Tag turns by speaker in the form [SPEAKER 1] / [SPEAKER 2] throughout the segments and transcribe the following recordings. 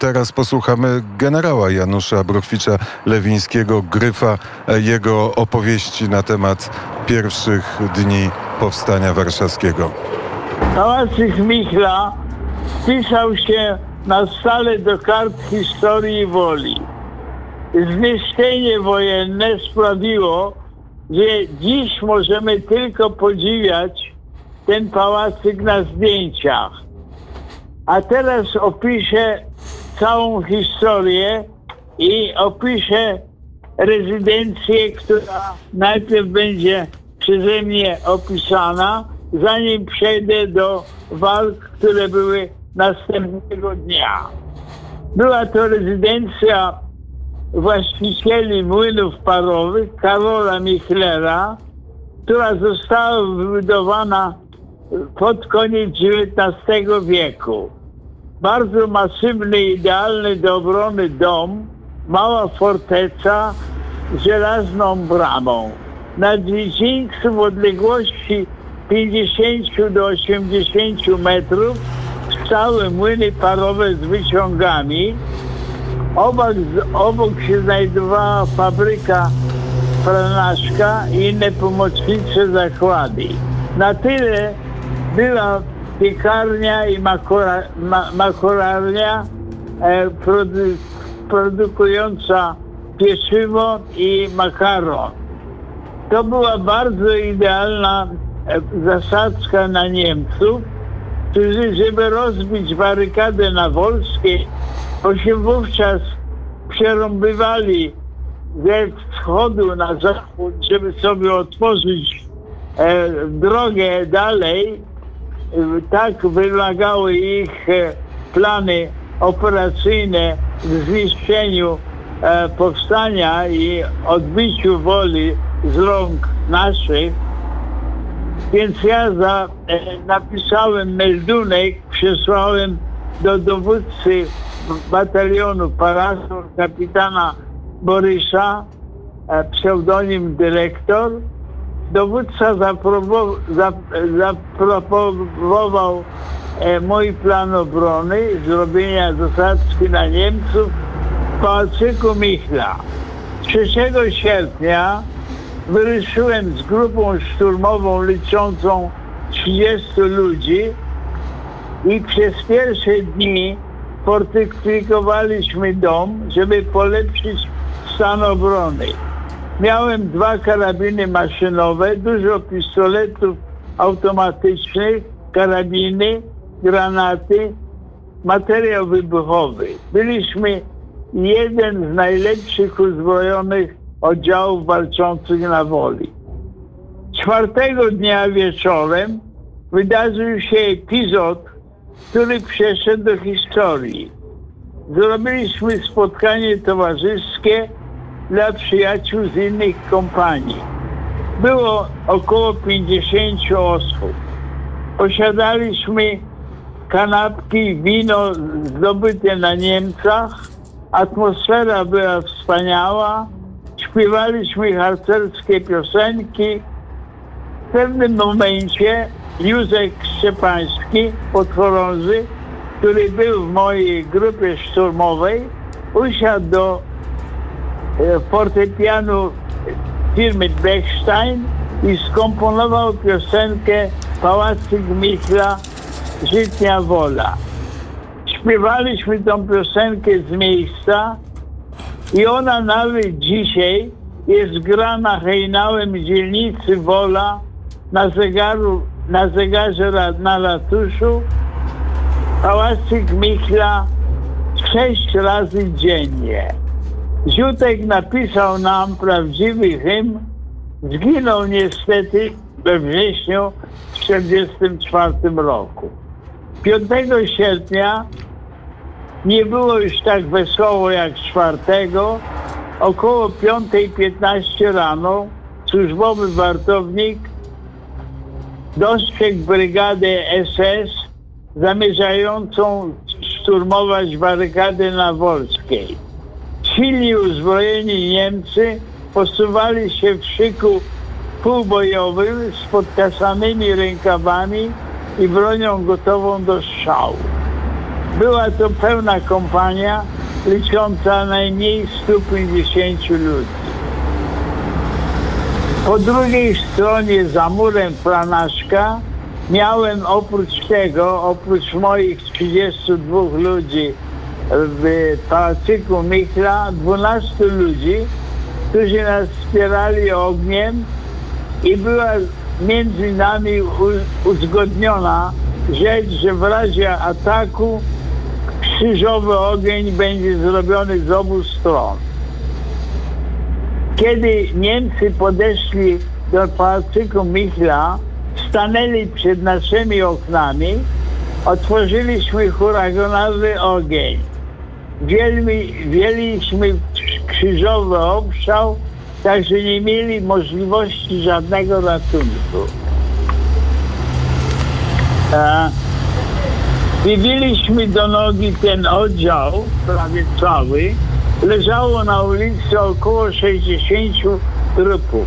[SPEAKER 1] Teraz posłuchamy generała Janusza Bruchwicza-Lewińskiego, Gryfa, jego opowieści na temat pierwszych dni Powstania Warszawskiego.
[SPEAKER 2] Pałacyk Michla wpisał się na stale do kart historii Woli. Zniszczenie wojenne sprawiło, że dziś możemy tylko podziwiać ten pałacyk na zdjęciach. A teraz opiszę całą historię i opiszę rezydencję, która najpierw będzie przeze mnie opisana, zanim przejdę do walk, które były następnego dnia. Była to rezydencja właścicieli młynów parowych Karola Michlera, która została wybudowana pod koniec XIX wieku. Bardzo masywny, idealny do obrony dom, mała forteca z żelazną bramą. Na dziedzińcu w odległości 50 do 80 metrów stały młyny parowe z wyciągami. Obok się znajdowała fabryka pranaczka i inne pomocnicze zakłady. Na tyle była piekarnia i makurarnia produkująca pieczywo i makaron. To była bardzo idealna zasadzka na Niemców, którzy, żeby rozbić barykadę na Wolskiej, bo się wówczas przerąbywali ze wschodu na zachód, żeby sobie otworzyć drogę dalej. Tak wymagały ich plany operacyjne w zniszczeniu powstania i odbiciu Woli z rąk naszych. Więc ja napisałem meldunek, przesłałem do dowódcy batalionu Parasol, kapitana Borysa, pseudonim Dyrektor. Dowódca zaaprobował mój plan obrony, zrobienia zasadzki na Niemców w Pałacyku Michla. 3 sierpnia wyruszyłem z grupą szturmową liczącą 30 ludzi i przez pierwsze dni fortyfikowaliśmy dom, żeby polepszyć stan obrony. Miałem 2 karabiny maszynowe, dużo pistoletów automatycznych, karabiny, granaty, materiał wybuchowy. Byliśmy jeden z najlepszych uzbrojonych oddziałów walczących na Woli. 4 dnia wieczorem wydarzył się epizod, który przeszedł do historii. Zrobiliśmy spotkanie towarzyskie dla przyjaciół z innych kompanii. Było około 50 osób. Posiadaliśmy kanapki, wino zdobyte na Niemcach. Atmosfera była wspaniała. Śpiewaliśmy harcerskie piosenki. W pewnym momencie Józek Szczepański, podchorąży, który był w mojej grupie szturmowej, usiadł do fortepianu firmy Bechstein i skomponował piosenkę Pałacyk Michla, Żytnia Wola. Śpiewaliśmy tą piosenkę z miejsca i ona nawet dzisiaj jest grana hejnałem dzielnicy Wola na zegarze na ratuszu. Pałacyk Michla 6 razy dziennie. Ziutek napisał nam prawdziwy hymn. Zginął niestety we wrześniu w 1944 roku. 5 sierpnia nie było już tak wesoło jak 4. Około 5:15 rano służbowy wartownik dostrzegł brygadę SS zamierzającą szturmować barykadę na Wolskiej. Silni uzbrojeni Niemcy posuwali się w szyku półbojowym z podkasanymi rękawami i bronią gotową do strzału. Była to pełna kompania licząca najmniej 150 ludzi. Po drugiej stronie za murem Franaszka miałem oprócz moich 32 ludzi w Pałacyku Michla 12 ludzi, którzy nas wspierali ogniem i była między nami uzgodniona rzecz, że w razie ataku krzyżowy ogień będzie zrobiony z obu stron. Kiedy Niemcy podeszli do Pałacyku Michla, stanęli przed naszymi oknami, otworzyliśmy huraganowy ogień. Wzięliśmy krzyżowy obszał, także nie mieli możliwości żadnego ratunku. Wywiliśmy do nogi ten oddział, prawie cały. Leżało na ulicy około 60 trupów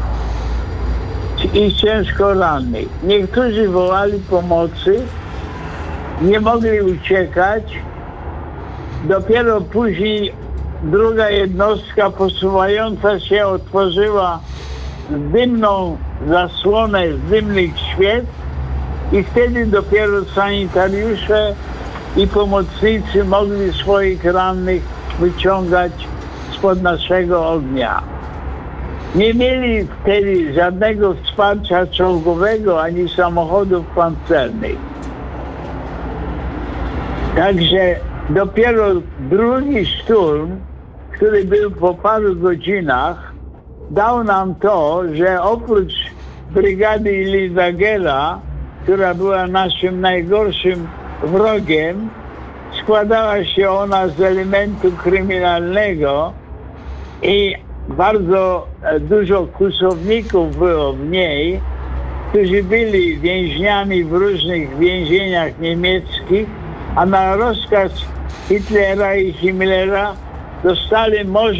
[SPEAKER 2] i ciężko rannych. Niektórzy wołali pomocy, nie mogli uciekać. Dopiero później druga jednostka posuwająca się otworzyła dymną zasłonę z dymnych świec i wtedy dopiero sanitariusze i pomocnicy mogli swoich rannych wyciągać spod naszego ognia. Nie mieli wtedy żadnego wsparcia czołgowego ani samochodów pancernych. Także dopiero drugi szturm, który był po paru godzinach, dał nam to, że oprócz brygady Lindagera, która była naszym najgorszym wrogiem, składała się ona z elementu kryminalnego i bardzo dużo kłusowników było w niej, którzy byli więźniami w różnych więzieniach niemieckich, a na rozkaz Hitlera i Himmlera dostali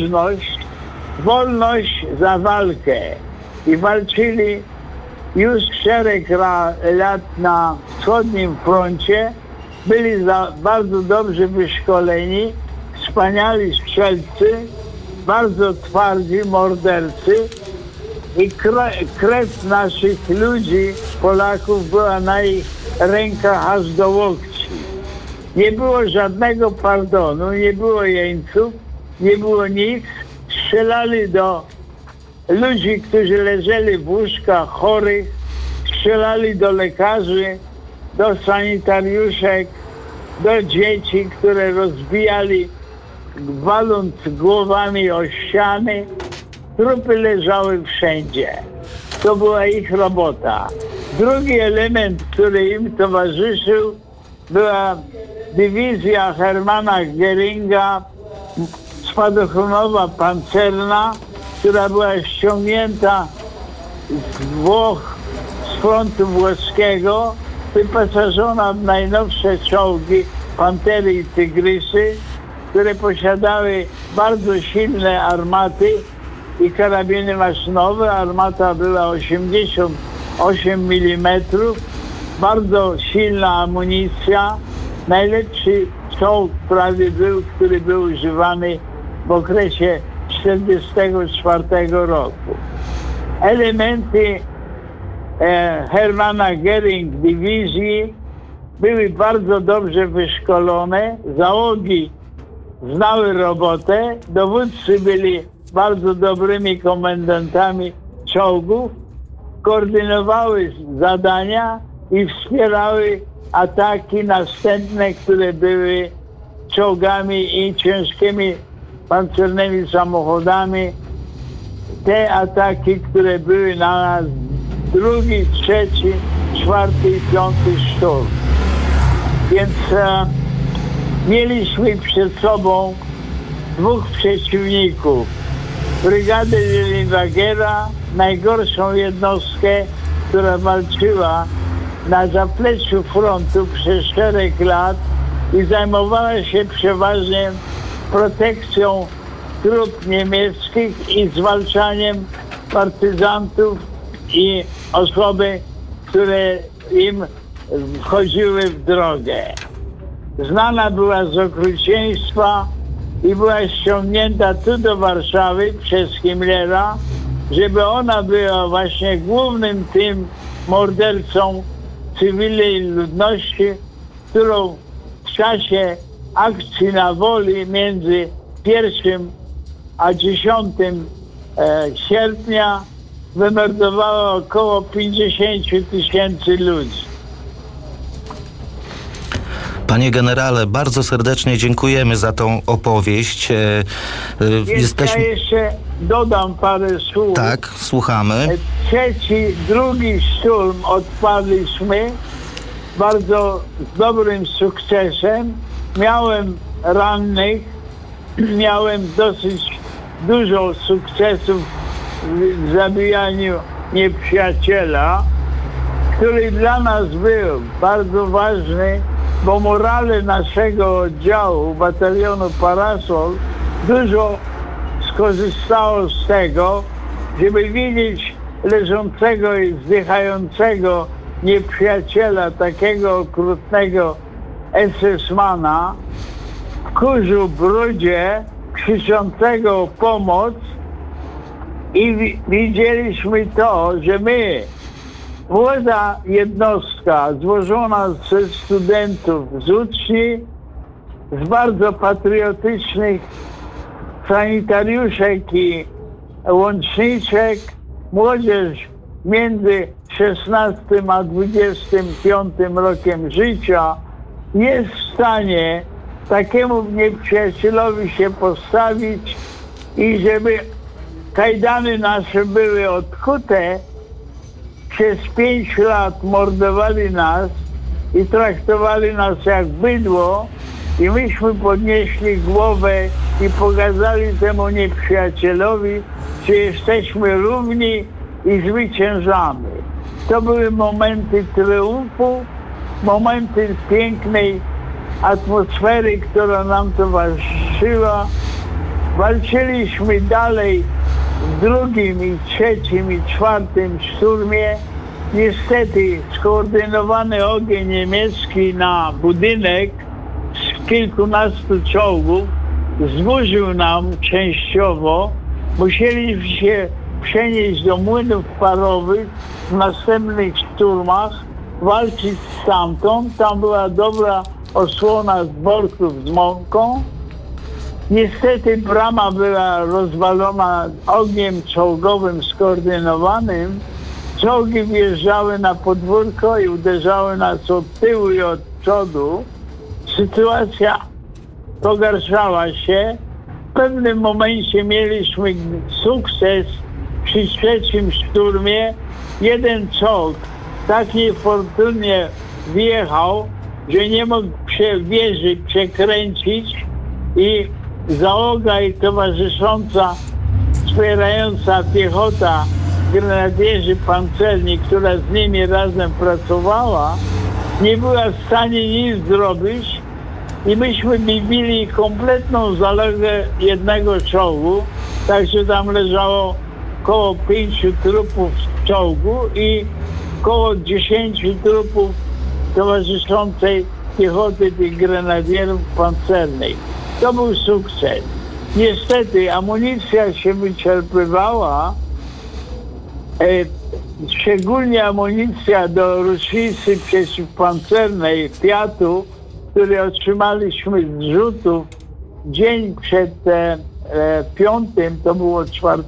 [SPEAKER 2] wolność za walkę i walczyli już szereg lat na wschodnim froncie. Byli bardzo dobrze wyszkoleni, wspaniali strzelcy, bardzo twardzi mordercy i krew naszych ludzi, Polaków, była na ich rękach aż do łokci. Nie było żadnego pardonu, nie było jeńców, nie było nic. Strzelali do ludzi, którzy leżeli w łóżkach chorych, strzelali do lekarzy, do sanitariuszek, do dzieci, które rozbijali, waląc głowami o ściany. Trupy leżały wszędzie. To była ich robota. Drugi element, który im towarzyszył, była dywizja Hermana Göringa, spadochronowa pancerna, która była ściągnięta z Włoch, z frontu włoskiego, wyposażona w najnowsze czołgi Pantery i Tygrysy, które posiadały bardzo silne armaty i karabiny maszynowe. Armata była 88 mm, bardzo silna amunicja, najlepszy czołg prawie był, który był używany w okresie 1944 roku. Elementy Hermana Göring dywizji były bardzo dobrze wyszkolone, załogi znały robotę, dowódcy byli bardzo dobrymi komendantami czołgów, koordynowały zadania i wspierały ataki następne, które były czołgami i ciężkimi pancernymi samochodami. Te ataki, które były na nas drugi, trzeci, czwarty i piąty szturm. Więc mieliśmy przed sobą dwóch przeciwników. Brygadę Lindagera, najgorszą jednostkę, która walczyła na zapleczu frontu przez szereg lat i zajmowała się przeważnie protekcją trup niemieckich i zwalczaniem partyzantów i osoby, które im wchodziły w drogę. znana była z okrucieństwa i była ściągnięta tu do Warszawy przez Himmlera, żeby ona była właśnie głównym tym mordercą cywilnej ludności, którą w czasie akcji na Woli między 1 a 10 sierpnia wymordowała około 50 000 ludzi.
[SPEAKER 3] Panie generale, bardzo serdecznie dziękujemy za tą opowieść.
[SPEAKER 2] Ja jeszcze dodam parę słów.
[SPEAKER 3] Tak, słuchamy.
[SPEAKER 2] Drugi szturm odpadliśmy bardzo z dobrym sukcesem. Miałem rannych, miałem dosyć dużo sukcesów w zabijaniu nieprzyjaciela, który dla nas był bardzo ważny, bo morale naszego oddziału, batalionu Parasol, dużo skorzystało z tego, żeby widzieć leżącego i zdychającego nieprzyjaciela, takiego okrutnego SS-mana, w kurzu, brudzie, krzyczącego o pomoc, i widzieliśmy to, że my, młoda jednostka złożona ze studentów, z uczniów, z bardzo patriotycznych sanitariuszek i łączniczek, młodzież między 16 a 25 rokiem życia jest w stanie takiemu nieprzyjacielowi się postawić i żeby kajdany nasze były odkute. Przez 5 lat mordowali nas i traktowali nas jak bydło, i myśmy podnieśli głowę i pokazali temu nieprzyjacielowi, że jesteśmy równi i zwyciężamy. To były momenty triumfu, momenty pięknej atmosfery, która nam towarzyszyła. Walczyliśmy dalej w drugim i trzecim i czwartym szturmie. Niestety skoordynowany ogień niemiecki na budynek z kilkunastu czołgów zburzył nam częściowo. Musieliśmy się przenieść do młynów parowych w następnych szturmach, walczyć stamtąd. Tam była dobra osłona z worków z mąką. Niestety brama była rozwalona ogniem czołgowym skoordynowanym. Czołgi wjeżdżały na podwórko i uderzały nas od tyłu i od przodu. Sytuacja pogarszała się. W pewnym momencie mieliśmy sukces przy trzecim szturmie. Jeden czołg tak niefortunnie wjechał, że nie mógł wieży przekręcić i załoga i towarzysząca, wspierająca piechota grenadierzy pancerni, która z nimi razem pracowała, nie była w stanie nic zrobić i myśmy bili kompletną zalogę jednego czołgu, także tam leżało około 5 trupów z czołgu i około 10 trupów towarzyszącej piechoty tych grenadierów pancernej. To był sukces. Niestety amunicja się wyczerpywała, szczególnie amunicja do rocznicy przeciwpancernej Fiatu, który otrzymaliśmy z rzutów dzień przed 5, to było 4.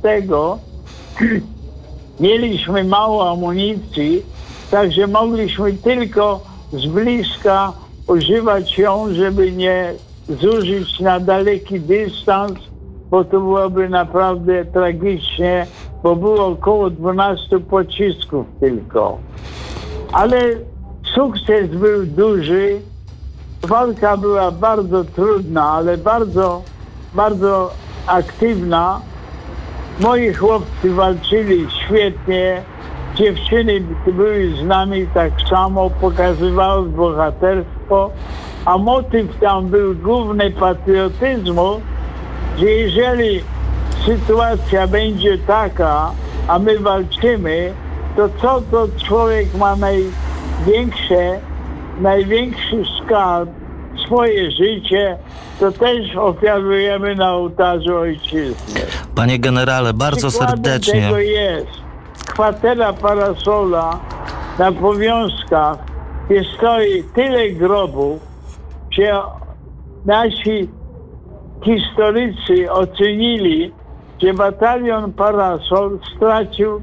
[SPEAKER 2] Mieliśmy mało amunicji, także mogliśmy tylko z bliska używać ją, żeby nie zużyć na daleki dystans, bo to byłoby naprawdę tragicznie, bo było około 12 pocisków tylko. Ale sukces był duży. Walka była bardzo trudna, ale bardzo, bardzo aktywna. Moi chłopcy walczyli świetnie. Dziewczyny były z nami tak samo, pokazywały bohaterstwo. A motyw tam był główny patriotyzmu, że jeżeli sytuacja będzie taka, a my walczymy, to co to człowiek ma największy skarb swoje życie to też ofiarujemy na ołtarzu ojczyzny.
[SPEAKER 3] Panie generale, bardzo
[SPEAKER 2] Przykładem
[SPEAKER 3] serdecznie.
[SPEAKER 2] tego jest kwatera Parasola na Powiązkach, gdzie stoi tyle grobów, że nasi historycy ocenili, że batalion Parasol stracił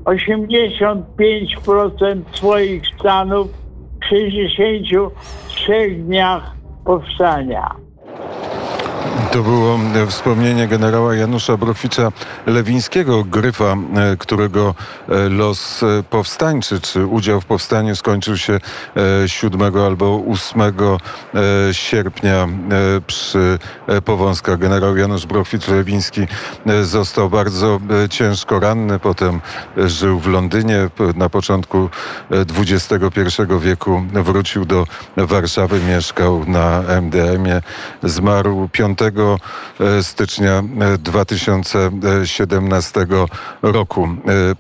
[SPEAKER 2] 85% swoich stanów w 63 dniach powstania.
[SPEAKER 1] To było wspomnienie generała Janusza Brochwicza-Lewińskiego, Gryfa, którego los powstańczy, czy udział w powstaniu skończył się 7 albo 8 sierpnia przy Powązkach. Generał Janusz Brochwicz-Lewiński został bardzo ciężko ranny, potem żył w Londynie. Na początku XXI wieku wrócił do Warszawy, mieszkał na MDM-ie, zmarł 5 stycznia 2017 roku.